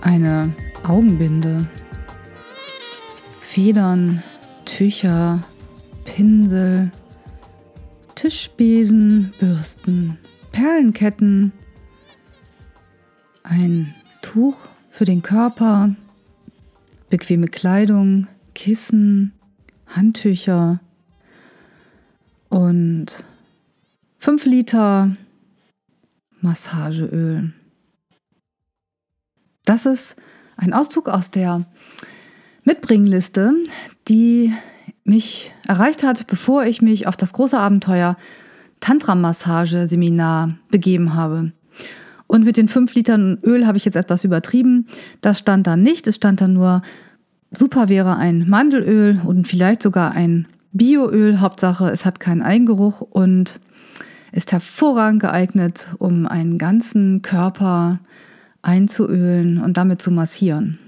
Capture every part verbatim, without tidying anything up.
eine Augenbinde, Federn, Tücher, Pinsel, Tischbesen, Bürsten, Perlenketten, ein Tuch für den Körper, bequeme Kleidung, Kissen, Handtücher und fünf Liter Massageöl. Das ist ein Auszug aus der Mitbringliste, die mich erreicht hat, bevor ich mich auf das große Abenteuer Tantra-Massage-Seminar begeben habe. Und mit den fünf Litern Öl habe ich jetzt etwas übertrieben. Das stand da nicht. Es stand da nur, super wäre ein Mandelöl und vielleicht sogar ein Bioöl. Hauptsache, es hat keinen Eigengeruch und ist hervorragend geeignet, um einen ganzen Körper einzuölen und damit zu massieren.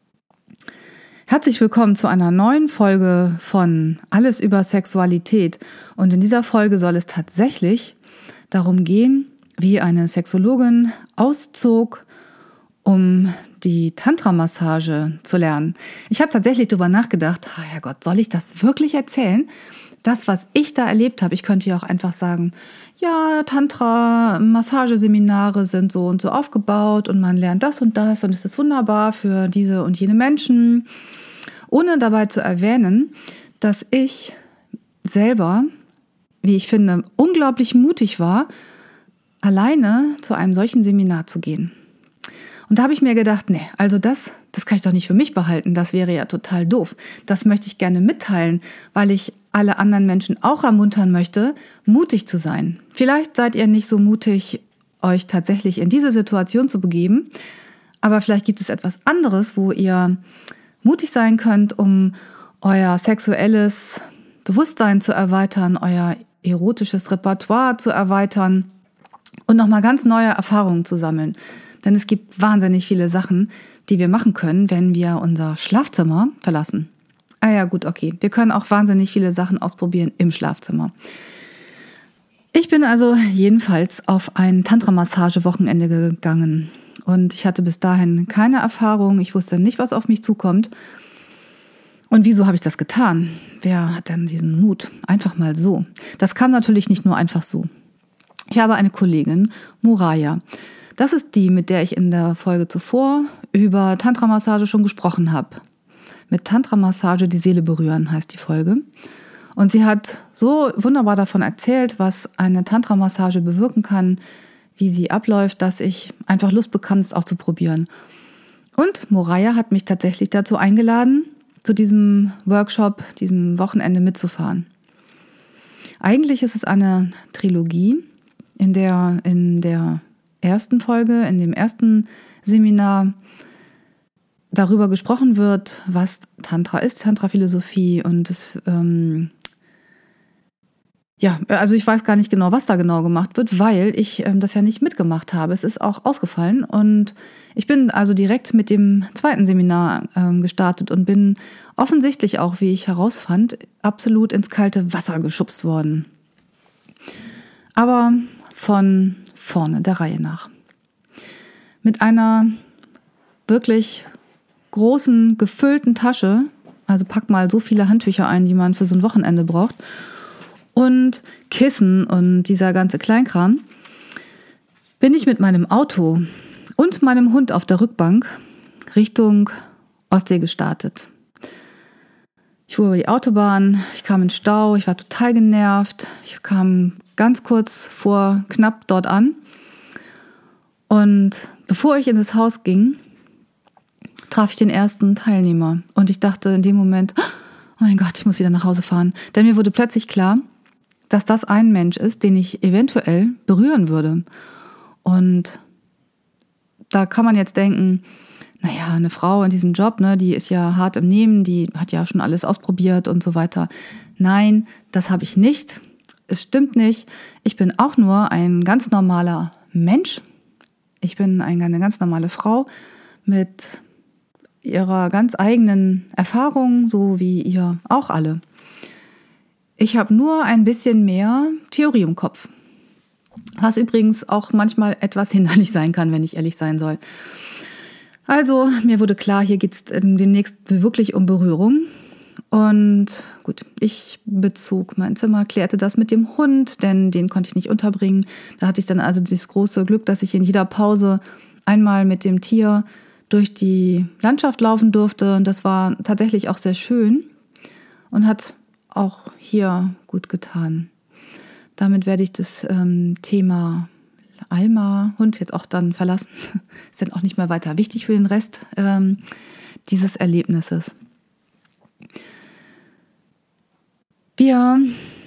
Herzlich willkommen zu einer neuen Folge von Alles über Sexualität. Und in dieser Folge soll es tatsächlich darum gehen, wie eine Sexologin auszog, um die Tantra-Massage zu lernen. Ich habe tatsächlich darüber nachgedacht, oh Herrgott, soll ich das wirklich erzählen? Das, was ich da erlebt habe, ich könnte ja auch einfach sagen, ja, Tantra-Massageseminare sind so und so aufgebaut und man lernt das und das und es ist wunderbar für diese und jene Menschen, ohne dabei zu erwähnen, dass ich selber, wie ich finde, unglaublich mutig war, alleine zu einem solchen Seminar zu gehen. Und da habe ich mir gedacht, nee, also das, das kann ich doch nicht für mich behalten, das wäre ja total doof. Das möchte ich gerne mitteilen, weil ich alle anderen Menschen auch ermuntern möchte, mutig zu sein. Vielleicht seid ihr nicht so mutig, euch tatsächlich in diese Situation zu begeben, aber vielleicht gibt es etwas anderes, wo ihr mutig sein könnt, um euer sexuelles Bewusstsein zu erweitern, euer erotisches Repertoire zu erweitern und nochmal ganz neue Erfahrungen zu sammeln. Denn es gibt wahnsinnig viele Sachen, die wir machen können, wenn wir unser Schlafzimmer verlassen. Ah ja, gut, okay. Wir können auch wahnsinnig viele Sachen ausprobieren im Schlafzimmer. Ich bin also jedenfalls auf ein Tantra-Massage-Wochenende gegangen. Und ich hatte bis dahin keine Erfahrung. Ich wusste nicht, was auf mich zukommt. Und wieso habe ich das getan? Wer hat denn diesen Mut? Einfach mal so. Das kam natürlich nicht nur einfach so. Ich habe eine Kollegin, Moraya. Das ist die, mit der ich in der Folge zuvor über Tantra-Massage schon gesprochen habe. Mit Tantra-Massage die Seele berühren heißt die Folge. Und sie hat so wunderbar davon erzählt, was eine Tantra-Massage bewirken kann, wie sie abläuft, dass ich einfach Lust bekam, es auszuprobieren. Und Moraya hat mich tatsächlich dazu eingeladen, zu diesem Workshop, diesem Wochenende mitzufahren. Eigentlich ist es eine Trilogie, in der in der ersten Folge, in dem ersten Seminar darüber gesprochen wird, was Tantra ist, Tantra-Philosophie und es, ähm, ja, also ich weiß gar nicht genau, was da genau gemacht wird, weil ich ähm, das ja nicht mitgemacht habe. Es ist auch ausgefallen und ich bin also direkt mit dem zweiten Seminar ähm, gestartet und bin offensichtlich auch, wie ich herausfand, absolut ins kalte Wasser geschubst worden. Aber von vorne, der Reihe nach. Mit einer wirklich großen, gefüllten Tasche, also pack mal so viele Handtücher ein, die man für so ein Wochenende braucht, und Kissen und dieser ganze Kleinkram, bin ich mit meinem Auto und meinem Hund auf der Rückbank Richtung Ostsee gestartet. Ich fuhr über die Autobahn, ich kam in Stau, ich war total genervt, ich kam ganz kurz vor knapp dort an und bevor ich in das Haus ging, traf ich den ersten Teilnehmer und ich dachte in dem Moment, oh mein Gott, ich muss wieder nach Hause fahren, denn mir wurde plötzlich klar, dass das ein Mensch ist, den ich eventuell berühren würde. Und da kann man jetzt denken, naja, eine Frau in diesem Job, ne, die ist ja hart im Nehmen, die hat ja schon alles ausprobiert und so weiter. Nein, das habe ich nicht. Es stimmt nicht. Ich bin auch nur ein ganz normaler Mensch. Ich bin eine ganz normale Frau mit ihrer ganz eigenen Erfahrung, so wie ihr auch alle. Ich habe nur ein bisschen mehr Theorie im Kopf. Was übrigens auch manchmal etwas hinderlich sein kann, wenn ich ehrlich sein soll. Also mir wurde klar, hier geht es demnächst wirklich um Berührung. Und gut, ich bezog mein Zimmer, klärte das mit dem Hund, denn den konnte ich nicht unterbringen. Da hatte ich dann also das große Glück, dass ich in jeder Pause einmal mit dem Tier durch die Landschaft laufen durfte. Und das war tatsächlich auch sehr schön und hat auch hier gut getan. Damit werde ich das ähm, Thema Alma, Hund, jetzt auch dann verlassen. Ist dann auch nicht mehr weiter wichtig für den Rest ähm, dieses Erlebnisses. Wir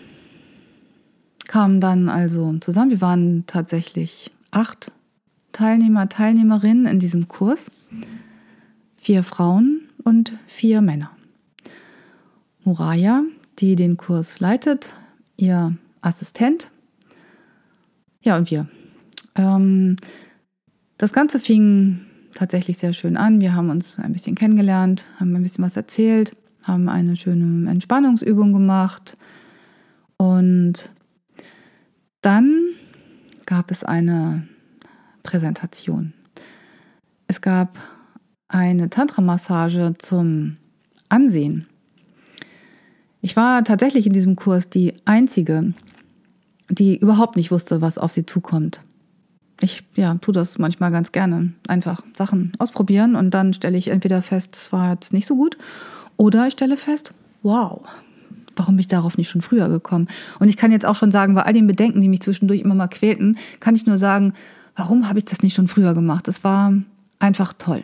kamen dann also zusammen. Wir waren tatsächlich acht Teilnehmer, Teilnehmerinnen in diesem Kurs. Vier Frauen und vier Männer. Moraya, die den Kurs leitet, ihr Assistent. Ja, und wir. Ähm, das Ganze fing tatsächlich sehr schön an. Wir haben uns ein bisschen kennengelernt, haben ein bisschen was erzählt, haben eine schöne Entspannungsübung gemacht und dann gab es eine Präsentation. Es gab eine Tantra-Massage zum Ansehen. Ich war tatsächlich in diesem Kurs die Einzige, die überhaupt nicht wusste, was auf sie zukommt. Ich ja, tue das manchmal ganz gerne. Einfach Sachen ausprobieren und dann stelle ich entweder fest, es war jetzt nicht so gut, oder ich stelle fest, wow, warum bin ich darauf nicht schon früher gekommen? Und ich kann jetzt auch schon sagen, bei all den Bedenken, die mich zwischendurch immer mal quälten, kann ich nur sagen, warum habe ich das nicht schon früher gemacht? Das war einfach toll.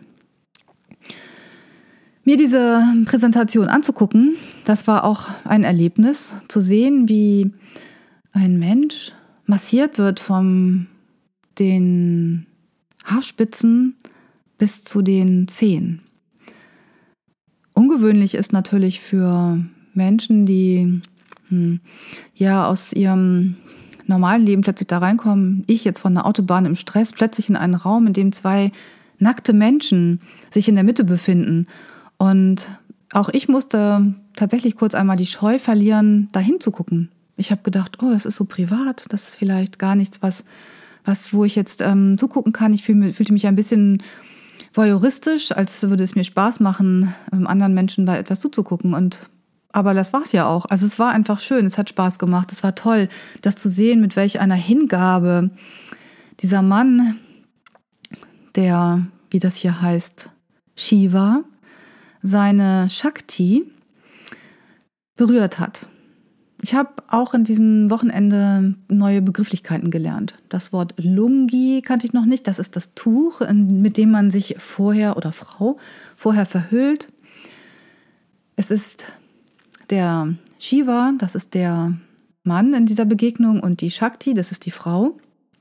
Mir diese Präsentation anzugucken, das war auch ein Erlebnis, zu sehen, wie ein Mensch massiert wird von den Haarspitzen bis zu den Zehen. Ungewöhnlich ist natürlich für Menschen, die hm, ja aus ihrem normalen Leben plötzlich da reinkommen, ich jetzt von der Autobahn im Stress, plötzlich in einen Raum, in dem zwei nackte Menschen sich in der Mitte befinden. Und auch ich musste tatsächlich kurz einmal die Scheu verlieren, da hinzugucken. Ich habe gedacht, oh, das ist so privat, das ist vielleicht gar nichts, was, was wo ich jetzt ähm, zugucken kann. Ich fühl, fühlte mich ein bisschen voyeuristisch, als würde es mir Spaß machen, anderen Menschen bei etwas zuzugucken. Und aber das war es ja auch. Also es war einfach schön, es hat Spaß gemacht, es war toll, das zu sehen, mit welch einer Hingabe dieser Mann, der, wie das hier heißt, Shiva, seine Shakti berührt hat. Ich habe auch in diesem Wochenende neue Begrifflichkeiten gelernt. Das Wort Lungi kannte ich noch nicht. Das ist das Tuch, mit dem man sich vorher oder Frau vorher verhüllt. Es ist der Shiva, das ist der Mann in dieser Begegnung, und die Shakti, das ist die Frau.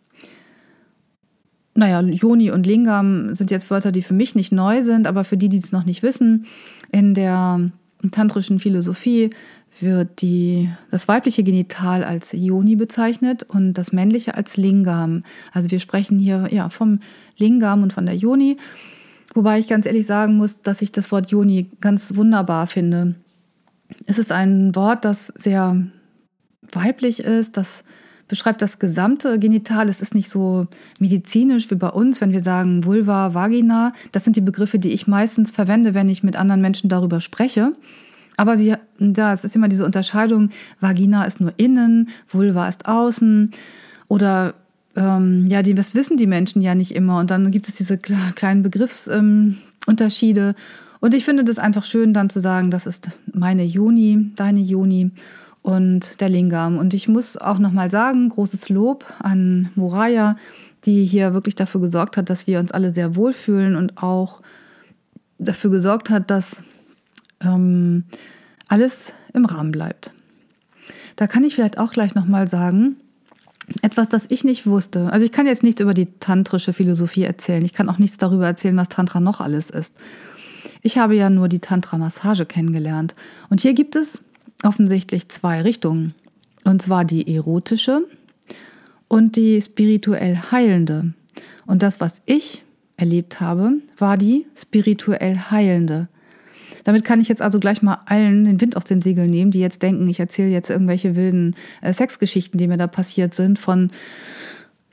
Naja, Yoni und Lingam sind jetzt Wörter, die für mich nicht neu sind, aber für die, die es noch nicht wissen, in der tantrischen Philosophie wird die, das weibliche Genital als Yoni bezeichnet und das männliche als Lingam. Also wir sprechen hier ja vom Lingam und von der Yoni, wobei ich ganz ehrlich sagen muss, dass ich das Wort Yoni ganz wunderbar finde. Es ist ein Wort, das sehr weiblich ist, das beschreibt das gesamte Genital. Es ist nicht so medizinisch wie bei uns, wenn wir sagen Vulva, Vagina. Das sind die Begriffe, die ich meistens verwende, wenn ich mit anderen Menschen darüber spreche. Aber sie, ja, es ist immer diese Unterscheidung, Vagina ist nur innen, Vulva ist außen. Oder ähm, ja, die, das wissen die Menschen ja nicht immer. Und dann gibt es diese kleinen Begriffsunterschiede. Ähm, und ich finde das einfach schön, dann zu sagen, das ist meine Yoni, deine Yoni und der Lingam. Und ich muss auch nochmal sagen, großes Lob an Moraya, die hier wirklich dafür gesorgt hat, dass wir uns alle sehr wohlfühlen und auch dafür gesorgt hat, dass ähm, alles im Rahmen bleibt. Da kann ich vielleicht auch gleich nochmal sagen, etwas, das ich nicht wusste. Also ich kann jetzt nichts über die tantrische Philosophie erzählen. Ich kann auch nichts darüber erzählen, was Tantra noch alles ist. Ich habe ja nur die Tantra-Massage kennengelernt. Und hier gibt es offensichtlich zwei Richtungen. Und zwar die erotische und die spirituell heilende. Und das, was ich erlebt habe, war die spirituell heilende. Damit kann ich jetzt also gleich mal allen den Wind aus den Segeln nehmen, die jetzt denken, ich erzähle jetzt irgendwelche wilden äh, Sexgeschichten, die mir da passiert sind, von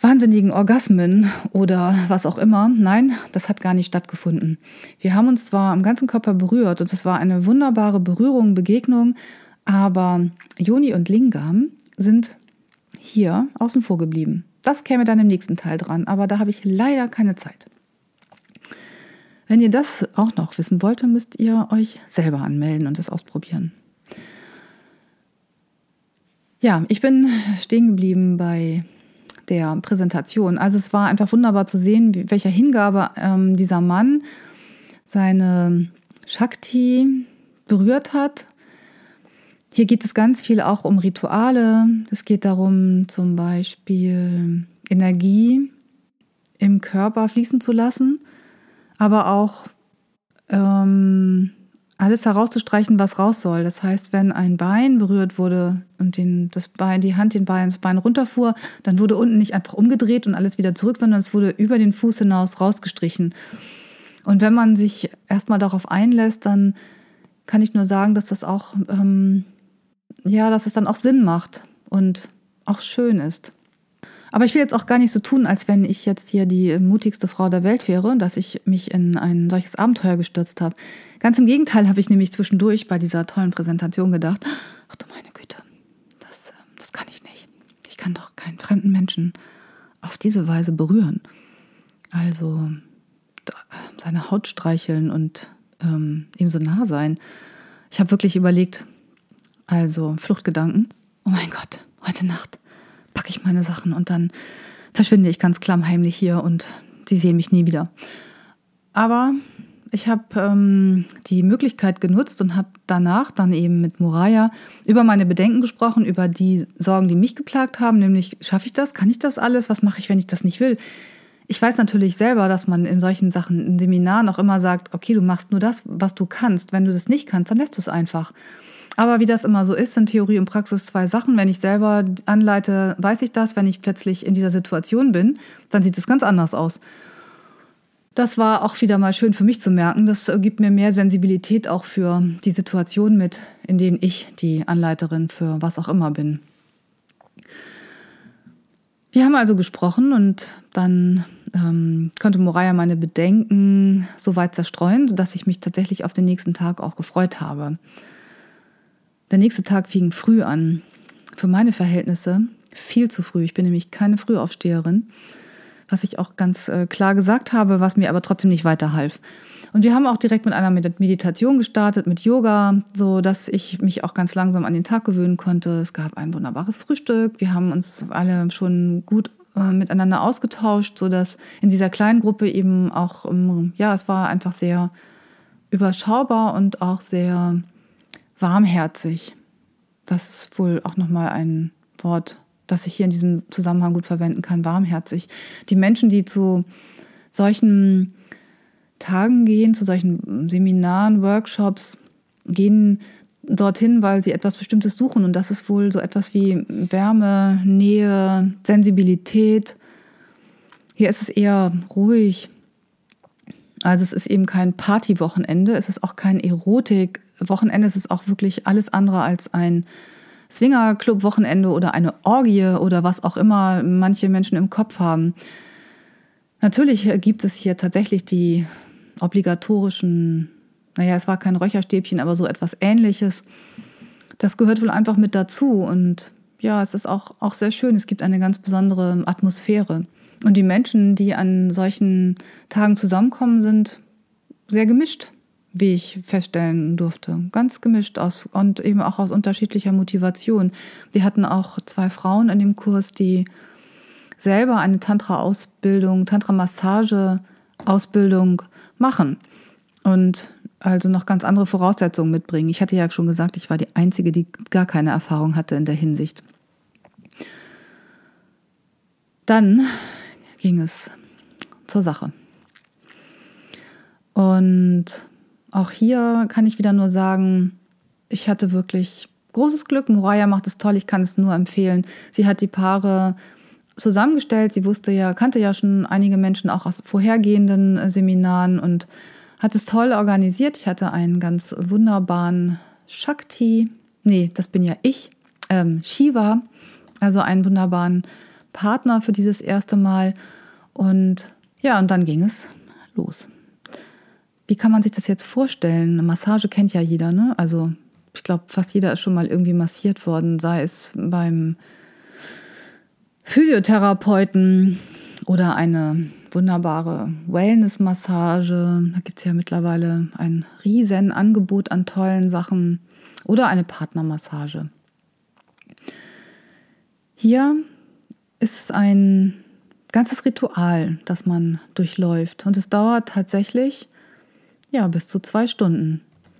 wahnsinnigen Orgasmen oder was auch immer. Nein, das hat gar nicht stattgefunden. Wir haben uns zwar am ganzen Körper berührt und es war eine wunderbare Berührung, Begegnung, aber Yoni und Lingam sind hier außen vor geblieben. Das käme dann im nächsten Teil dran, aber da habe ich leider keine Zeit. Wenn ihr das auch noch wissen wollt, dann müsst ihr euch selber anmelden und das ausprobieren. Ja, ich bin stehen geblieben bei der Präsentation. Also es war einfach wunderbar zu sehen, wie, welcher Hingabe ähm, dieser Mann seine Shakti berührt hat. Hier geht es ganz viel auch um Rituale. Es geht darum, zum Beispiel Energie im Körper fließen zu lassen, aber auch ähm, alles herauszustreichen, was raus soll. Das heißt, wenn ein Bein berührt wurde und den, das Bein, die Hand den Bein, das Bein runterfuhr, dann wurde unten nicht einfach umgedreht und alles wieder zurück, sondern es wurde über den Fuß hinaus rausgestrichen. Und wenn man sich erstmal darauf einlässt, dann kann ich nur sagen, dass das auch, ähm, ja, dass es dann auch Sinn macht und auch schön ist. Aber ich will jetzt auch gar nicht so tun, als wenn ich jetzt hier die mutigste Frau der Welt wäre, dass ich mich in ein solches Abenteuer gestürzt habe. Ganz im Gegenteil habe ich nämlich zwischendurch bei dieser tollen Präsentation gedacht, ach du meine Güte, das, das kann ich nicht. Ich kann doch keinen fremden Menschen auf diese Weise berühren. Also seine Haut streicheln und ähm, ihm so nah sein. Ich habe wirklich überlegt, also Fluchtgedanken, oh mein Gott, heute Nacht packe ich meine Sachen und dann verschwinde ich ganz klammheimlich hier und sie sehen mich nie wieder. Aber ich habe ähm, die Möglichkeit genutzt und habe danach dann eben mit Moraya über meine Bedenken gesprochen, über die Sorgen, die mich geplagt haben, nämlich schaffe ich das, kann ich das alles, was mache ich, wenn ich das nicht will? Ich weiß natürlich selber, dass man in solchen Sachen, in Seminaren auch immer sagt, okay, du machst nur das, was du kannst. Wenn du das nicht kannst, dann lässt du es einfach. Aber wie das immer so ist, sind Theorie und Praxis zwei Sachen. Wenn ich selber anleite, weiß ich das. Wenn ich plötzlich in dieser Situation bin, dann sieht es ganz anders aus. Das war auch wieder mal schön für mich zu merken. Das gibt mir mehr Sensibilität auch für die Situationen mit, in denen ich die Anleiterin für was auch immer bin. Wir haben also gesprochen und dann ähm, konnte Moraya meine Bedenken so weit zerstreuen, sodass ich mich tatsächlich auf den nächsten Tag auch gefreut habe. Der nächste Tag fing früh an. Für meine Verhältnisse viel zu früh. Ich bin nämlich keine Frühaufsteherin, was ich auch ganz äh, klar gesagt habe, was mir aber trotzdem nicht weiterhalf. Und wir haben auch direkt mit einer Meditation gestartet, mit Yoga, so dass ich mich auch ganz langsam an den Tag gewöhnen konnte. Es gab ein wunderbares Frühstück. Wir haben uns alle schon gut äh, miteinander ausgetauscht, so dass in dieser kleinen Gruppe eben auch, ähm, ja, es war einfach sehr überschaubar und auch sehr warmherzig. Das ist wohl auch nochmal ein Wort, das ich hier in diesem Zusammenhang gut verwenden kann, warmherzig. Die Menschen, die zu solchen Tagen gehen, zu solchen Seminaren, Workshops, gehen dorthin, weil sie etwas Bestimmtes suchen. Und das ist wohl so etwas wie Wärme, Nähe, Sensibilität. Hier ist es eher ruhig. Also es ist eben kein Partywochenende, es ist auch kein Erotik-Wochenende, es ist auch wirklich alles andere als ein Swingerclub-Wochenende oder eine Orgie oder was auch immer manche Menschen im Kopf haben. Natürlich gibt es hier tatsächlich die obligatorischen, naja, es war kein Räucherstäbchen, aber so etwas Ähnliches. Das gehört wohl einfach mit dazu und ja, es ist auch, auch sehr schön, es gibt eine ganz besondere Atmosphäre. Und die Menschen, die an solchen Tagen zusammenkommen, sind sehr gemischt, wie ich feststellen durfte. Ganz gemischt aus und eben auch aus unterschiedlicher Motivation. Wir hatten auch zwei Frauen in dem Kurs, die selber eine Tantra-Ausbildung, Tantra-Massage-Ausbildung machen und also noch ganz andere Voraussetzungen mitbringen. Ich hatte ja schon gesagt, ich war die Einzige, die gar keine Erfahrung hatte in der Hinsicht. Dann ging es zur Sache. Und auch hier kann ich wieder nur sagen, ich hatte wirklich großes Glück. Moraya macht es toll, ich kann es nur empfehlen. Sie hat die Paare zusammengestellt. Sie wusste ja, kannte ja schon einige Menschen auch aus vorhergehenden Seminaren und hat es toll organisiert. Ich hatte einen ganz wunderbaren Shakti, nee, das bin ja ich, ähm, Shiva, also einen wunderbaren Partner für dieses erste Mal. Und ja, und dann ging es los. Wie kann man sich das jetzt vorstellen? Eine Massage kennt ja jeder, ne? Also ich glaube, fast jeder ist schon mal irgendwie massiert worden, sei es beim Physiotherapeuten oder eine wunderbare Wellness-Massage. Da gibt es ja mittlerweile ein riesen Angebot an tollen Sachen. Oder eine Partnermassage. Hier ist es ein ganzes Ritual, das man durchläuft. Und es dauert tatsächlich ja, bis zu zwei Stunden.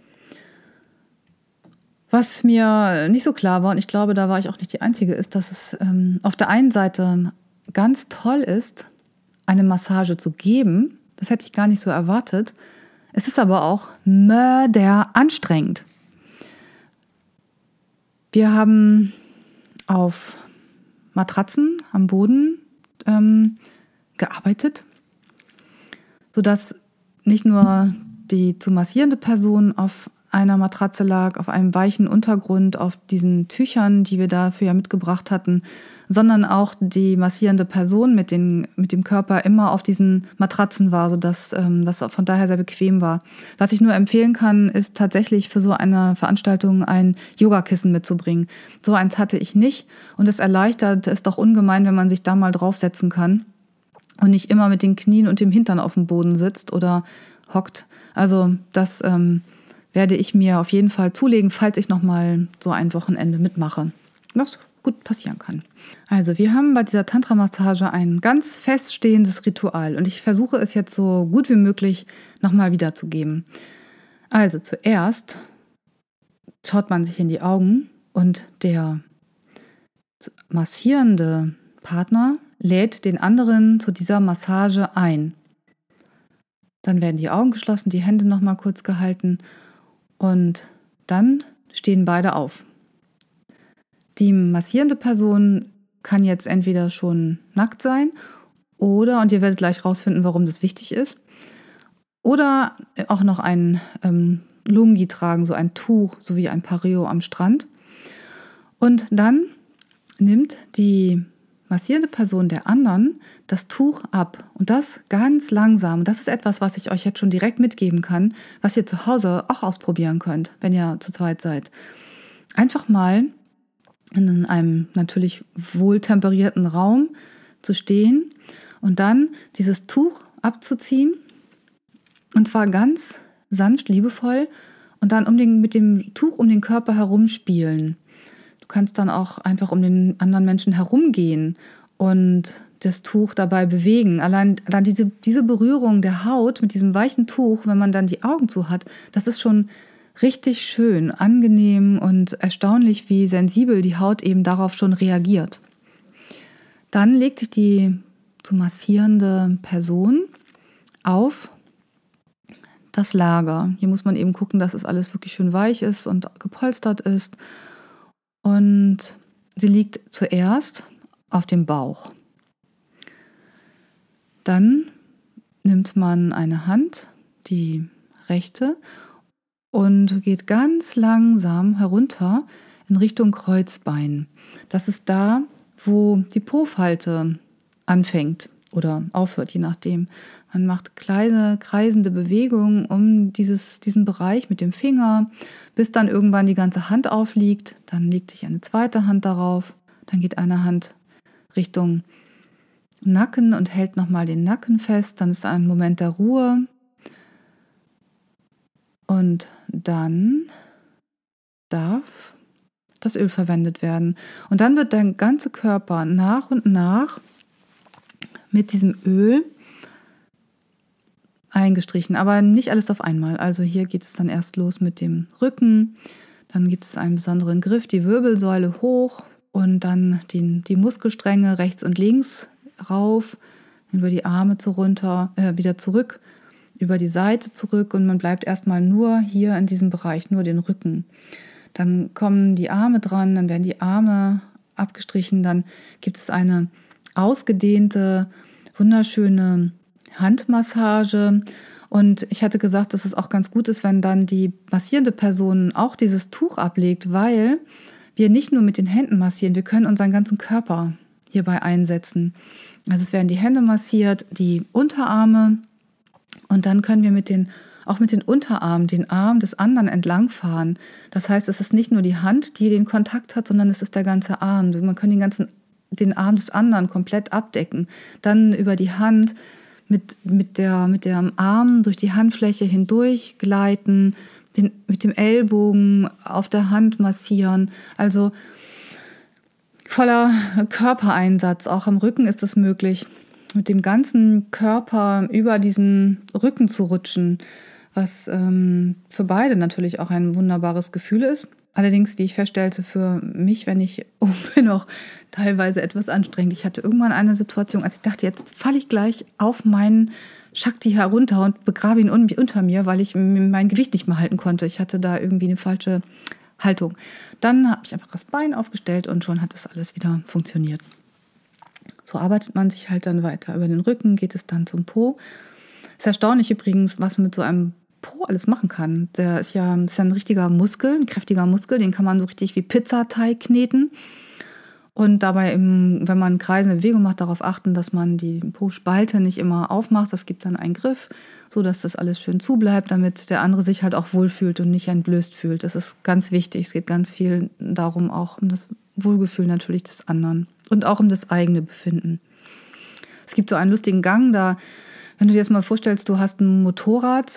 Was mir nicht so klar war, und ich glaube, da war ich auch nicht die Einzige, ist, dass es ähm, auf der einen Seite ganz toll ist, eine Massage zu geben. Das hätte ich gar nicht so erwartet. Es ist aber auch mörderanstrengend. Wir haben auf Matratzen am Boden ähm, gearbeitet, sodass nicht nur die zu massierende Person auf einer Matratze lag, auf einem weichen Untergrund, auf diesen Tüchern, die wir dafür ja mitgebracht hatten, sondern auch die massierende Person mit, den, mit dem Körper immer auf diesen Matratzen war, sodass ähm, das von daher sehr bequem war. Was ich nur empfehlen kann, ist tatsächlich für so eine Veranstaltung ein Yogakissen mitzubringen. So eins hatte ich nicht und es erleichtert es doch ungemein, wenn man sich da mal draufsetzen kann und nicht immer mit den Knien und dem Hintern auf dem Boden sitzt oder hockt. Also das ähm, werde ich mir auf jeden Fall zulegen, falls ich nochmal so ein Wochenende mitmache, was gut passieren kann. Also wir haben bei dieser Tantra-Massage ein ganz feststehendes Ritual und ich versuche es jetzt so gut wie möglich nochmal wiederzugeben. Also zuerst schaut man sich in die Augen und der massierende Partner lädt den anderen zu dieser Massage ein. Dann werden die Augen geschlossen, die Hände nochmal kurz gehalten und dann stehen beide auf. Die massierende Person kann jetzt entweder schon nackt sein oder, und ihr werdet gleich rausfinden, warum das wichtig ist, oder auch noch ein ähm, Lungi tragen, so ein Tuch, so wie ein Pareo am Strand. Und dann nimmt die massierende Person der anderen das Tuch ab und das ganz langsam. Das ist etwas, was ich euch jetzt schon direkt mitgeben kann, was ihr zu Hause auch ausprobieren könnt, wenn ihr zu zweit seid. Einfach mal in einem natürlich wohltemperierten Raum zu stehen und dann dieses Tuch abzuziehen und zwar ganz sanft, liebevoll und dann um den, mit dem Tuch um den Körper herumspielen. Du kannst dann auch einfach um den anderen Menschen herumgehen und das Tuch dabei bewegen. Allein, allein diese, diese Berührung der Haut mit diesem weichen Tuch, wenn man dann die Augen zu hat, das ist schon richtig schön, angenehm und erstaunlich, wie sensibel die Haut eben darauf schon reagiert. Dann legt sich die zu massierende Person auf das Lager. Hier muss man eben gucken, dass es alles wirklich schön weich ist und gepolstert ist. Und sie liegt zuerst auf dem Bauch. Dann nimmt man eine Hand, die rechte, und geht ganz langsam herunter in Richtung Kreuzbein. Das ist da, wo die Po-Falte anfängt oder aufhört, je nachdem. Man macht kleine kreisende Bewegungen um dieses, diesen Bereich mit dem Finger, bis dann irgendwann die ganze Hand aufliegt. Dann legt sich eine zweite Hand darauf. Dann geht eine Hand Richtung Nacken und hält nochmal den Nacken fest. Dann ist ein Moment der Ruhe. Und dann darf das Öl verwendet werden. Und dann wird dein ganzer Körper nach und nach mit diesem Öl eingestrichen, aber nicht alles auf einmal. Also hier geht es dann erst los mit dem Rücken, dann gibt es einen besonderen Griff, die Wirbelsäule hoch und dann den, die Muskelstränge rechts und links rauf, über die Arme zu runter, äh, wieder zurück, über die Seite zurück und man bleibt erstmal nur hier in diesem Bereich, nur den Rücken. Dann kommen die Arme dran, dann werden die Arme abgestrichen, dann gibt es eine ausgedehnte, wunderschöne Handmassage. Und ich hatte gesagt, dass es auch ganz gut ist, wenn dann die massierende Person auch dieses Tuch ablegt, weil wir nicht nur mit den Händen massieren, wir können unseren ganzen Körper hierbei einsetzen. Also es werden die Hände massiert, die Unterarme und dann können wir mit den, auch mit den Unterarmen den Arm des anderen entlangfahren. Das heißt, es ist nicht nur die Hand, die den Kontakt hat, sondern es ist der ganze Arm. Man kann den ganzen, den Arm des anderen komplett abdecken. Dann über die Hand mit, mit, der, mit dem Arm durch die Handfläche hindurch gleiten, den, mit dem Ellbogen auf der Hand massieren. Also voller Körpereinsatz. Auch am Rücken ist es möglich, mit dem ganzen Körper über diesen Rücken zu rutschen, was ähm, für beide natürlich auch ein wunderbares Gefühl ist. Allerdings, wie ich feststellte, für mich, wenn ich oben bin, auch teilweise etwas anstrengend. Ich hatte irgendwann eine Situation, als ich dachte, jetzt falle ich gleich auf meinen Shakti herunter und begrabe ihn unter mir, weil ich mein Gewicht nicht mehr halten konnte. Ich hatte da irgendwie eine falsche Haltung. Dann habe ich einfach das Bein aufgestellt und schon hat das alles wieder funktioniert. So arbeitet man sich halt dann weiter. Über den Rücken geht es dann zum Po. Ist erstaunlich übrigens, was man mit so einem Po alles machen kann. Der ist ja, ist ja ein richtiger Muskel, ein kräftiger Muskel, den kann man so richtig wie Pizzateig kneten. Und dabei, im, wenn man kreisende Bewegung macht, darauf achten, dass man die Po-Spalte nicht immer aufmacht. Das gibt dann einen Griff, sodass das alles schön zubleibt, damit der andere sich halt auch wohlfühlt und nicht entblößt fühlt. Das ist ganz wichtig. Es geht ganz viel darum, auch um das Wohlgefühl natürlich des anderen und auch um das eigene Befinden. Es gibt so einen lustigen Gang, da, wenn du dir jetzt mal vorstellst, du hast ein Motorrad,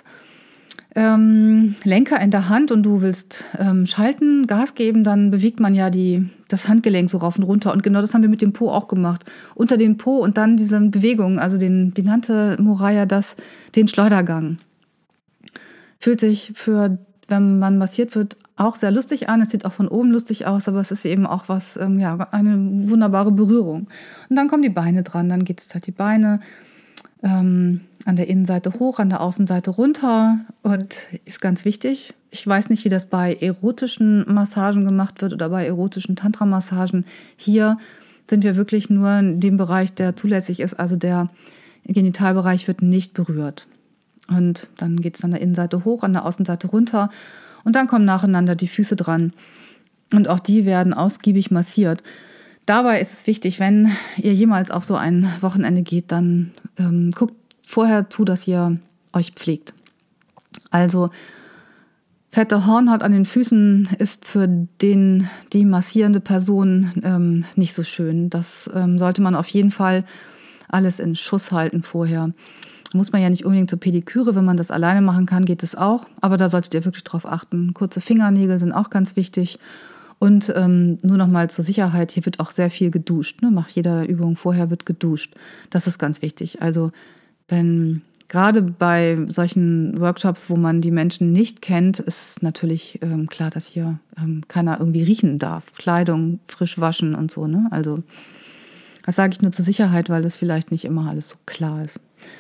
Ähm, Lenker in der Hand und du willst ähm, schalten, Gas geben, dann bewegt man ja die, das Handgelenk so rauf und runter. Und genau das haben wir mit dem Po auch gemacht. Unter den Po und dann diese Bewegung, also den, wie nannte Moraya das, den Schleudergang. Fühlt sich für, wenn man massiert wird, auch sehr lustig an. Es sieht auch von oben lustig aus, aber es ist eben auch was, ähm, ja, eine wunderbare Berührung. Und dann kommen die Beine dran, dann geht es halt die Beine ähm, an der Innenseite hoch, an der Außenseite runter und ist ganz wichtig. Ich weiß nicht, wie das bei erotischen Massagen gemacht wird oder bei erotischen Tantra-Massagen. Hier sind wir wirklich nur in dem Bereich, der zulässig ist, also der Genitalbereich wird nicht berührt. Und dann geht es an der Innenseite hoch, an der Außenseite runter und dann kommen nacheinander die Füße dran und auch die werden ausgiebig massiert. Dabei ist es wichtig, wenn ihr jemals auf so ein Wochenende geht, dann ähm, guckt vorher zu, dass ihr euch pflegt. Also fette Hornhaut an den Füßen ist für den, die massierende Person ähm, nicht so schön. Das ähm, sollte man auf jeden Fall alles in Schuss halten vorher. Muss man ja nicht unbedingt zur Pediküre, wenn man das alleine machen kann, geht es auch. Aber da solltet ihr wirklich drauf achten. Kurze Fingernägel sind auch ganz wichtig. Und ähm, nur noch mal zur Sicherheit, hier wird auch sehr viel geduscht. Ne? Nach jeder Übung vorher wird geduscht. Das ist ganz wichtig. Also wenn gerade bei solchen Workshops, wo man die Menschen nicht kennt, ist es natürlich ähm, klar, dass hier ähm, keiner irgendwie riechen darf. Kleidung frisch waschen und so. Ne? Also das sage ich nur zur Sicherheit, weil das vielleicht nicht immer alles so klar ist.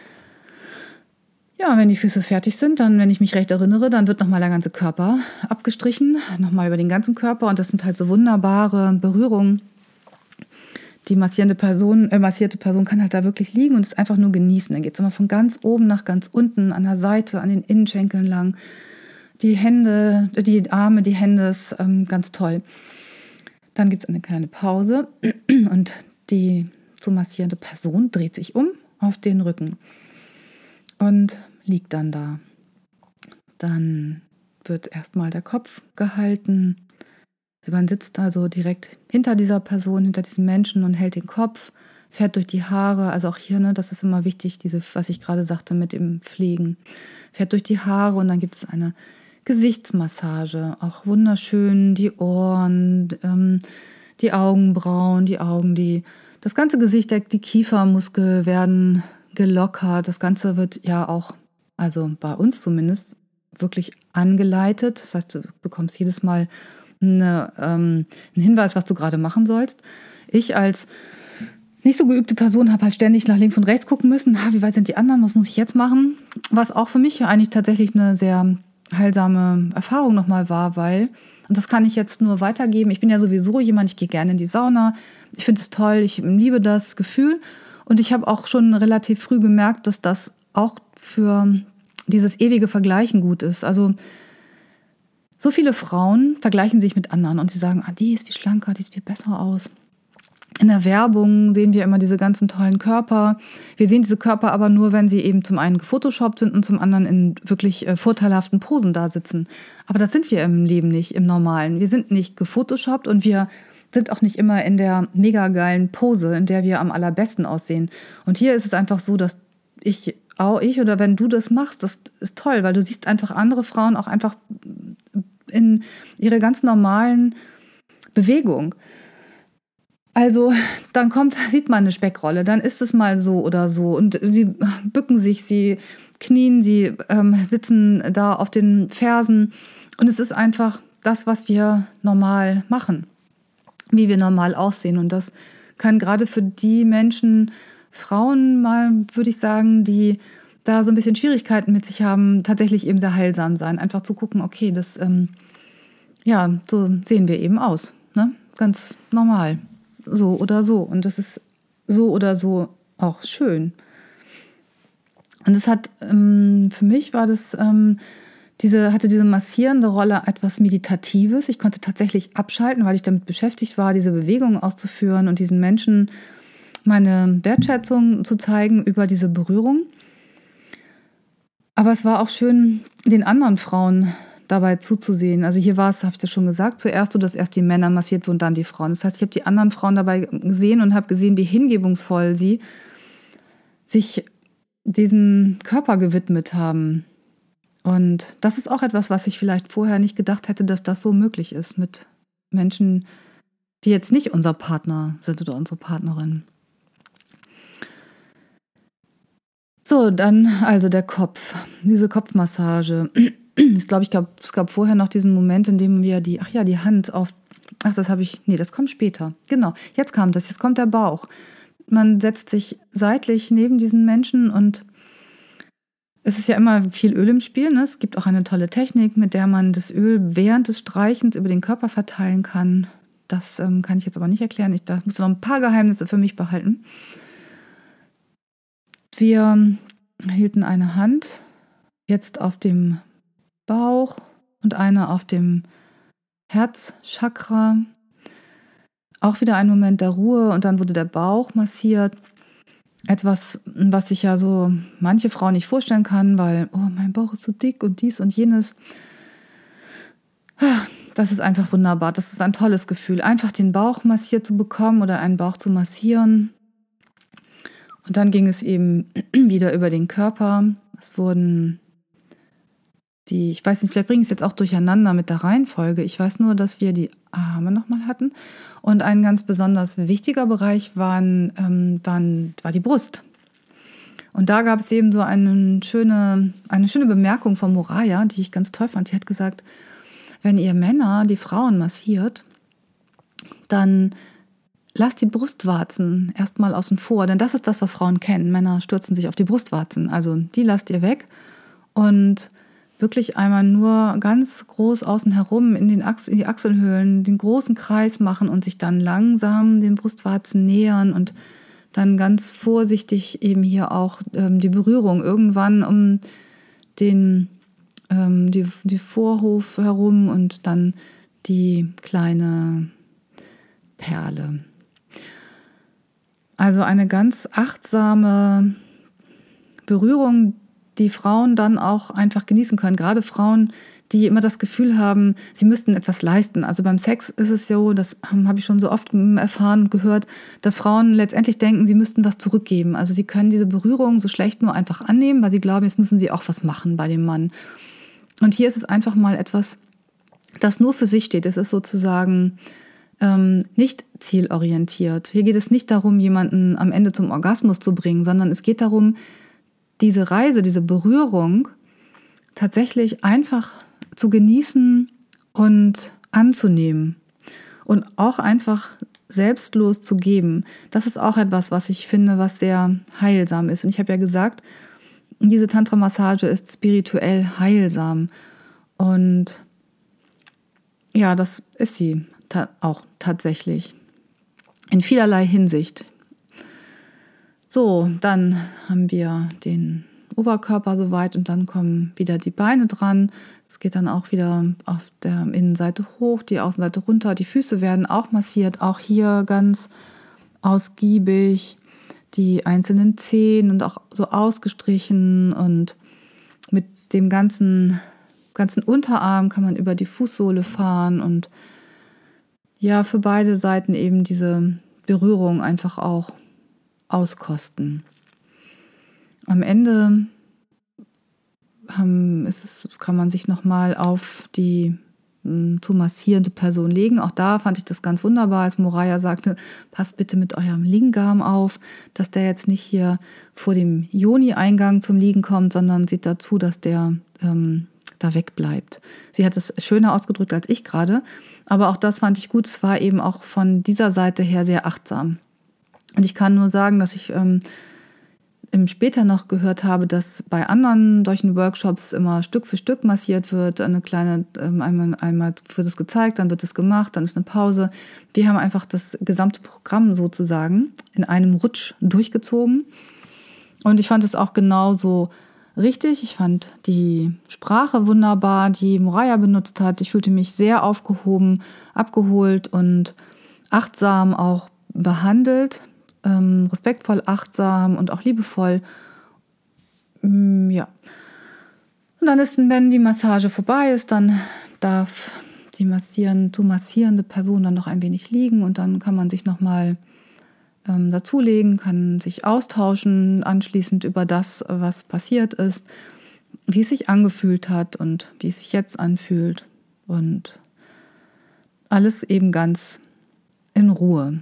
Ja, wenn die Füße fertig sind, dann, wenn ich mich recht erinnere, dann wird nochmal der ganze Körper abgestrichen, nochmal über den ganzen Körper. Und das sind halt so wunderbare Berührungen. Die massierende Person, äh, massierte Person kann halt da wirklich liegen und es einfach nur genießen. Dann geht es immer von ganz oben nach ganz unten, an der Seite, an den Innenschenkeln lang. Die Hände, die Arme, die Hände, ist ähm, ganz toll. Dann gibt es eine kleine Pause und die zu massierende Person dreht sich um auf den Rücken und liegt dann da. Dann wird erstmal der Kopf gehalten. Man sitzt also direkt hinter dieser Person, hinter diesem Menschen und hält den Kopf, fährt durch die Haare. Also auch hier, ne, das ist immer wichtig, diese, was ich gerade sagte mit dem Pflegen. Fährt durch die Haare und dann gibt es eine Gesichtsmassage. Auch wunderschön, die Ohren, ähm, die Augenbrauen, die Augen, die, das ganze Gesicht, die Kiefermuskel werden gelockert. Das Ganze wird ja auch, also bei uns zumindest, wirklich angeleitet. Das heißt, du bekommst jedes Mal eine, ähm, einen Hinweis, was du gerade machen sollst. Ich als nicht so geübte Person habe halt ständig nach links und rechts gucken müssen. Ha, wie weit sind die anderen? Was muss ich jetzt machen? Was auch für mich eigentlich tatsächlich eine sehr heilsame Erfahrung nochmal war, weil, und das kann ich jetzt nur weitergeben, ich bin ja sowieso jemand, ich gehe gerne in die Sauna. Ich finde es toll, ich liebe das Gefühl. Und ich habe auch schon relativ früh gemerkt, dass das auch für dieses ewige Vergleichen gut ist. Also so viele Frauen vergleichen sich mit anderen und sie sagen, ah, die ist viel schlanker, die sieht viel besser aus. In der Werbung sehen wir immer diese ganzen tollen Körper. Wir sehen diese Körper aber nur, wenn sie eben zum einen gefotoshoppt sind und zum anderen in wirklich äh, vorteilhaften Posen da sitzen. Aber das sind wir im Leben nicht, im Normalen. Wir sind nicht gefotoshoppt und wir sind auch nicht immer in der mega geilen Pose, in der wir am allerbesten aussehen. Und hier ist es einfach so, dass ich, auch ich oder wenn du das machst, das ist toll, weil du siehst einfach andere Frauen auch einfach in ihrer ganz normalen Bewegung. Also dann kommt, sieht man eine Speckrolle, dann ist es mal so oder so und sie bücken sich, sie knien, sie ähm, sitzen da auf den Fersen und es ist einfach das, was wir normal machen, wie wir normal aussehen und das kann gerade für die Menschen, Frauen mal, würde ich sagen, die da so ein bisschen Schwierigkeiten mit sich haben, tatsächlich eben sehr heilsam sein, einfach zu gucken, okay, das, ähm, ja, so sehen wir eben aus, ne? Ganz normal. So oder so. Und das ist so oder so auch schön. Und es hat, ähm, für mich war das, ähm, diese, hatte diese massierende Rolle etwas Meditatives. Ich konnte tatsächlich abschalten, weil ich damit beschäftigt war, diese Bewegungen auszuführen und diesen Menschen meine Wertschätzung zu zeigen über diese Berührung. Aber es war auch schön, den anderen Frauen dabei zuzusehen. Also hier war es, habe ich das schon gesagt, zuerst so, dass erst die Männer massiert wurden, dann die Frauen. Das heißt, ich habe die anderen Frauen dabei gesehen und habe gesehen, wie hingebungsvoll sie sich diesem Körper gewidmet haben. Und das ist auch etwas, was ich vielleicht vorher nicht gedacht hätte, dass das so möglich ist mit Menschen, die jetzt nicht unser Partner sind oder unsere Partnerin. So, dann also der Kopf, diese Kopfmassage. Ich glaube, ich gab, es gab vorher noch diesen Moment, in dem wir die, ach ja, die Hand auf, ach, das habe ich, nee, das kommt später. Genau, jetzt kam das, jetzt kommt der Bauch. Man setzt sich seitlich neben diesen Menschen und es ist ja immer viel Öl im Spiel, ne? Es gibt auch eine tolle Technik, mit der man das Öl während des Streichens über den Körper verteilen kann. Das ähm, kann ich jetzt aber nicht erklären. Ich da musste noch ein paar Geheimnisse für mich behalten. Wir hielten eine Hand jetzt auf dem Bauch und eine auf dem Herzchakra. Auch wieder ein Moment der Ruhe und dann wurde der Bauch massiert. Etwas, was sich ja so manche Frauen nicht vorstellen kann, weil, oh, mein Bauch ist so dick und dies und jenes. Das ist einfach wunderbar. Das ist ein tolles Gefühl, einfach den Bauch massiert zu bekommen oder einen Bauch zu massieren. Und dann ging es eben wieder über den Körper. Es wurden die, ich weiß nicht, vielleicht bringe ich es jetzt auch durcheinander mit der Reihenfolge. Ich weiß nur, dass wir die Arme nochmal hatten. Und ein ganz besonders wichtiger Bereich waren, ähm, waren, war die Brust. Und da gab es eben so eine schöne, eine schöne Bemerkung von Moraya, die ich ganz toll fand. Sie hat gesagt, wenn ihr Männer die Frauen massiert, dann lasst die Brustwarzen erstmal außen vor. Denn das ist das, was Frauen kennen. Männer stürzen sich auf die Brustwarzen. Also die lasst ihr weg und wirklich einmal nur ganz groß außen herum in, den Achs- in die Achselhöhlen den großen Kreis machen und sich dann langsam den Brustwarzen nähern und dann ganz vorsichtig eben hier auch ähm, die Berührung irgendwann um den, ähm, die, die Vorhof herum und dann die kleine Perle. Also eine ganz achtsame Berührung, die Frauen dann auch einfach genießen können. Gerade Frauen, die immer das Gefühl haben, sie müssten etwas leisten. Also beim Sex ist es so, das habe ich schon so oft erfahren und gehört, dass Frauen letztendlich denken, sie müssten was zurückgeben. Also sie können diese Berührung so schlecht nur einfach annehmen, weil sie glauben, jetzt müssen sie auch was machen bei dem Mann. Und hier ist es einfach mal etwas, das nur für sich steht. Es ist sozusagen ähm, nicht zielorientiert. Hier geht es nicht darum, jemanden am Ende zum Orgasmus zu bringen, sondern es geht darum, diese Reise, diese Berührung tatsächlich einfach zu genießen und anzunehmen und auch einfach selbstlos zu geben. Das ist auch etwas, was ich finde, was sehr heilsam ist. Und ich habe ja gesagt, diese Tantra-Massage ist spirituell heilsam. Und ja, das ist sie ta- auch tatsächlich in vielerlei Hinsicht. So, dann haben wir den Oberkörper soweit und dann kommen wieder die Beine dran. Es geht dann auch wieder auf der Innenseite hoch, die Außenseite runter. Die Füße werden auch massiert, auch hier ganz ausgiebig, die einzelnen Zehen und auch so ausgestrichen, und mit dem ganzen, ganzen Unterarm kann man über die Fußsohle fahren und ja, für beide Seiten eben diese Berührung einfach auch auskosten. Am Ende haben, ist es, kann man sich nochmal auf die m, zu massierende Person legen. Auch da fand ich das ganz wunderbar, als Moraya sagte, passt bitte mit eurem Lingam auf, dass der jetzt nicht hier vor dem Yoni-Eingang zum Liegen kommt, sondern sieht dazu, dass der ähm, da wegbleibt. Sie hat es schöner ausgedrückt als ich gerade, aber auch das fand ich gut. Es war eben auch von dieser Seite her sehr achtsam. Und ich kann nur sagen, dass ich ähm, später noch gehört habe, dass bei anderen solchen Workshops immer Stück für Stück massiert wird. Eine kleine, einmal, einmal wird es gezeigt, dann wird es gemacht, dann ist eine Pause. Wir haben einfach das gesamte Programm sozusagen in einem Rutsch durchgezogen. Und ich fand es auch genauso richtig. Ich fand die Sprache wunderbar, die Moraya benutzt hat. Ich fühlte mich sehr aufgehoben, abgeholt und achtsam auch behandelt. Ähm, respektvoll, achtsam und auch liebevoll. Mm, ja. Und dann ist, wenn die Massage vorbei ist, dann darf die massieren, zu massierende Person dann noch ein wenig liegen, und dann kann man sich nochmal ähm, dazulegen, kann sich austauschen anschließend über das, was passiert ist, wie es sich angefühlt hat und wie es sich jetzt anfühlt, und alles eben ganz in Ruhe.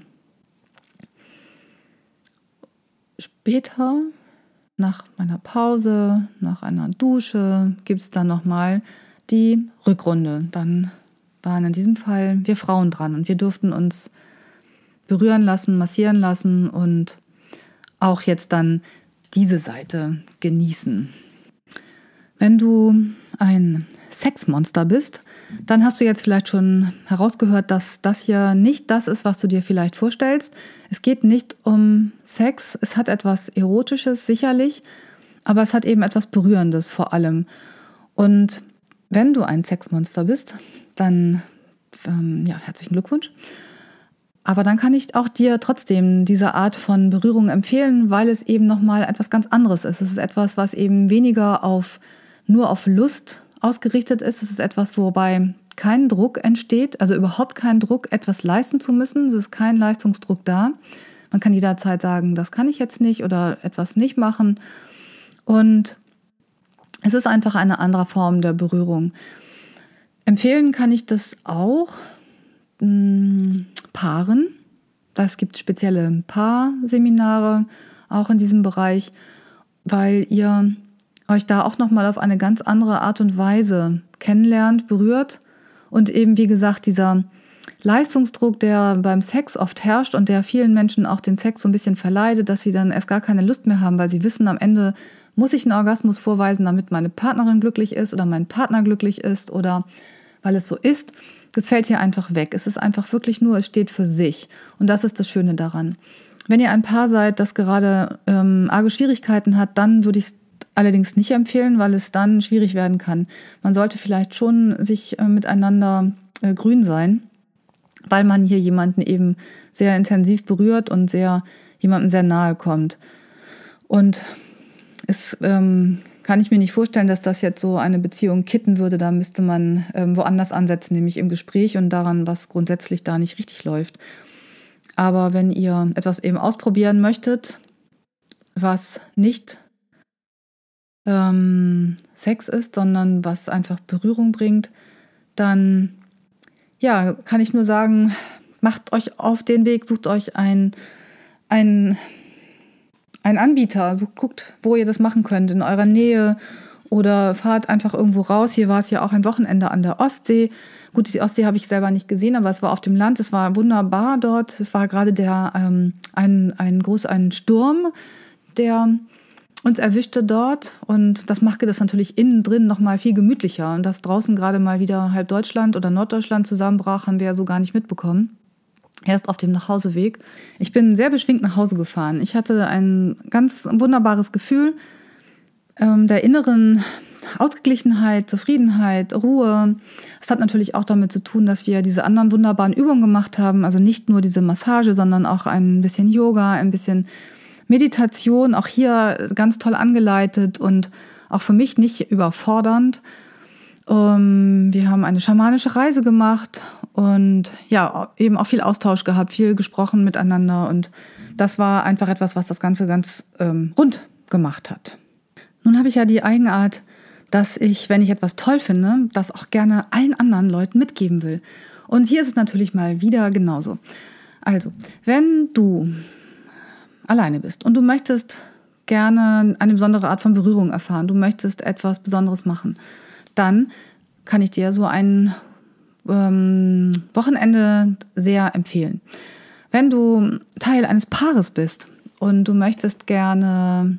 Später, nach meiner Pause, nach einer Dusche, gibt es dann nochmal die Rückrunde. Dann waren in diesem Fall wir Frauen dran, und wir durften uns berühren lassen, massieren lassen und auch jetzt dann diese Seite genießen. Wenn du ein Sexmonster bist, dann hast du jetzt vielleicht schon herausgehört, dass das hier nicht das ist, was du dir vielleicht vorstellst. Es geht nicht um Sex, es hat etwas Erotisches sicherlich, aber es hat eben etwas Berührendes vor allem. Und wenn du ein Sexmonster bist, dann ähm, ja, herzlichen Glückwunsch. Aber dann kann ich auch dir trotzdem diese Art von Berührung empfehlen, weil es eben nochmal etwas ganz anderes ist. Es ist etwas, was eben weniger auf nur auf Lust ausgerichtet ist. Es ist etwas, wobei kein Druck entsteht, also überhaupt kein Druck, etwas leisten zu müssen. Es ist kein Leistungsdruck da. Man kann jederzeit sagen, das kann ich jetzt nicht oder etwas nicht machen. Und es ist einfach eine andere Form der Berührung. Empfehlen kann ich das auch mh, Paaren. Es gibt spezielle Paarseminare auch in diesem Bereich, weil ihr euch da auch nochmal auf eine ganz andere Art und Weise kennenlernt, berührt, und eben, wie gesagt, dieser Leistungsdruck, der beim Sex oft herrscht und der vielen Menschen auch den Sex so ein bisschen verleidet, dass sie dann erst gar keine Lust mehr haben, weil sie wissen, am Ende muss ich einen Orgasmus vorweisen, damit meine Partnerin glücklich ist oder mein Partner glücklich ist oder weil es so ist. Das fällt hier einfach weg. Es ist einfach wirklich nur, es steht für sich. Und das ist das Schöne daran. Wenn ihr ein Paar seid, das gerade ähm, arge Schwierigkeiten hat, dann würde ich es allerdings nicht empfehlen, weil es dann schwierig werden kann. Man sollte vielleicht schon sich äh, miteinander äh, grün sein, weil man hier jemanden eben sehr intensiv berührt und sehr jemandem sehr nahe kommt. Und es ähm, kann ich mir nicht vorstellen, dass das jetzt so eine Beziehung kitten würde. Da müsste man ähm, woanders ansetzen, nämlich im Gespräch und daran, was grundsätzlich da nicht richtig läuft. Aber wenn ihr etwas eben ausprobieren möchtet, was nicht ähm, Sex ist, sondern was einfach Berührung bringt, dann ja, kann ich nur sagen, macht euch auf den Weg, sucht euch ein, ein, ein Anbieter, sucht, guckt, wo ihr das machen könnt, in eurer Nähe, oder fahrt einfach irgendwo raus. Hier war es ja auch ein Wochenende an der Ostsee. Gut, die Ostsee habe ich selber nicht gesehen, aber es war auf dem Land, es war wunderbar dort. Es war gerade der ähm, ein, ein groß ein Sturm, der uns erwischte dort, und das machte das natürlich innen drin noch mal viel gemütlicher. Und dass draußen gerade mal wieder halb Deutschland oder Norddeutschland zusammenbrach, haben wir ja so gar nicht mitbekommen. Erst auf dem Nachhauseweg. Ich bin sehr beschwingt nach Hause gefahren. Ich hatte ein ganz wunderbares Gefühl ähm, der inneren Ausgeglichenheit, Zufriedenheit, Ruhe. Es hat natürlich auch damit zu tun, dass wir diese anderen wunderbaren Übungen gemacht haben. Also nicht nur diese Massage, sondern auch ein bisschen Yoga, ein bisschen Meditation. Auch hier ganz toll angeleitet und auch für mich nicht überfordernd. Um, wir haben eine schamanische Reise gemacht und ja, eben auch viel Austausch gehabt, viel gesprochen miteinander. Und das war einfach etwas, was das Ganze ganz ähm, rund gemacht hat. Nun habe ich ja die Eigenart, dass ich, wenn ich etwas toll finde, das auch gerne allen anderen Leuten mitgeben will. Und hier ist es natürlich mal wieder genauso. Also, wenn du alleine bist und du möchtest gerne eine besondere Art von Berührung erfahren, du möchtest etwas Besonderes machen, dann kann ich dir so ein ähm, Wochenende sehr empfehlen. Wenn du Teil eines Paares bist und du möchtest gerne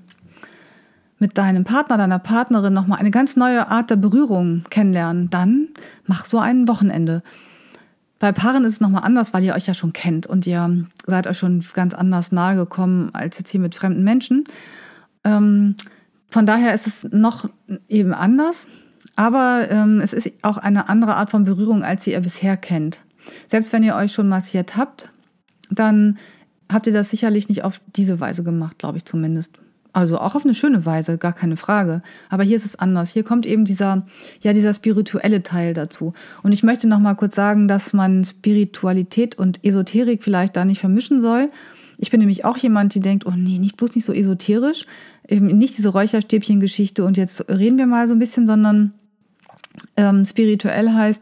mit deinem Partner, deiner Partnerin nochmal eine ganz neue Art der Berührung kennenlernen, dann mach so ein Wochenende. Bei Paaren ist es nochmal anders, weil ihr euch ja schon kennt und ihr seid euch schon ganz anders nahe gekommen als jetzt hier mit fremden Menschen. Ähm, von daher ist es noch eben anders. Aber ähm, es ist auch eine andere Art von Berührung, als ihr bisher kennt. Selbst wenn ihr euch schon massiert habt, dann habt ihr das sicherlich nicht auf diese Weise gemacht, glaube ich zumindest. Also auch auf eine schöne Weise, gar keine Frage. Aber hier ist es anders. Hier kommt eben dieser, ja, dieser spirituelle Teil dazu. Und ich möchte noch mal kurz sagen, dass man Spiritualität und Esoterik vielleicht da nicht vermischen soll. Ich bin nämlich auch jemand, die denkt, oh nee, nicht bloß nicht so esoterisch, eben nicht diese Räucherstäbchen-Geschichte und jetzt reden wir mal so ein bisschen, sondern ähm, spirituell heißt,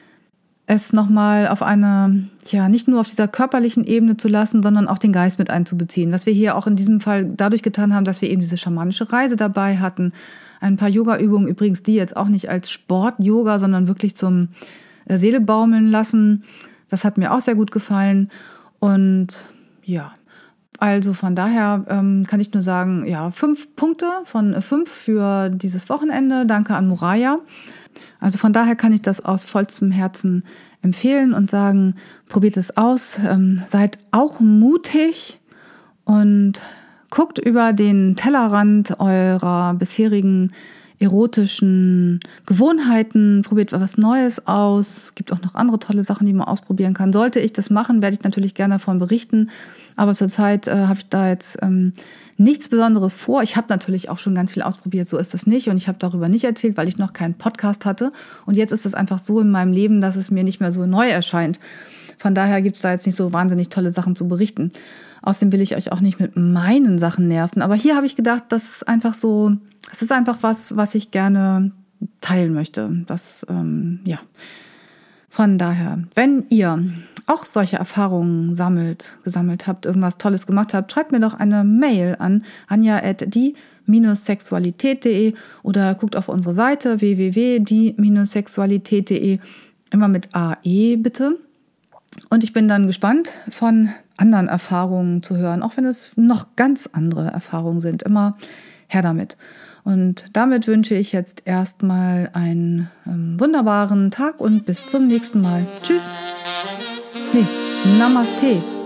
es nochmal auf eine, ja, nicht nur auf dieser körperlichen Ebene zu lassen, sondern auch den Geist mit einzubeziehen. Was wir hier auch in diesem Fall dadurch getan haben, dass wir eben diese schamanische Reise dabei hatten. Ein paar Yoga-Übungen übrigens, die jetzt auch nicht als Sport-Yoga, sondern wirklich zum äh, Seele baumeln lassen. Das hat mir auch sehr gut gefallen. Und ja, also von daher ähm, kann ich nur sagen, ja, fünf Punkte von fünf für dieses Wochenende. Danke an Moraya. Also von daher kann ich das aus vollstem Herzen empfehlen und sagen, probiert es aus, ähm, seid auch mutig und guckt über den Tellerrand eurer bisherigen erotischen Gewohnheiten, probiert was Neues aus. Es gibt auch noch andere tolle Sachen, die man ausprobieren kann. Sollte ich das machen, werde ich natürlich gerne davon berichten. Aber zurzeit äh, habe ich da jetzt ähm, nichts Besonderes vor. Ich habe natürlich auch schon ganz viel ausprobiert, so ist das nicht. Und ich habe darüber nicht erzählt, weil ich noch keinen Podcast hatte. Und jetzt ist es einfach so in meinem Leben, dass es mir nicht mehr so neu erscheint. Von daher gibt es da jetzt nicht so wahnsinnig tolle Sachen zu berichten. Außerdem will ich euch auch nicht mit meinen Sachen nerven. Aber hier habe ich gedacht, das ist einfach so, es ist einfach was, was ich gerne teilen möchte. Das, ähm, ja. Von daher, wenn ihr auch solche Erfahrungen sammelt, gesammelt habt, irgendwas Tolles gemacht habt, schreibt mir doch eine Mail an anja at die Bindestrich sexualität punkt de oder guckt auf unsere Seite w w w punkt die Bindestrich sexualität punkt de, immer mit A E bitte. Und ich bin dann gespannt, von anderen Erfahrungen zu hören, auch wenn es noch ganz andere Erfahrungen sind. Immer her damit. Und damit wünsche ich jetzt erstmal einen ähm, wunderbaren Tag und bis zum nächsten Mal. Tschüss. Nee, Namaste.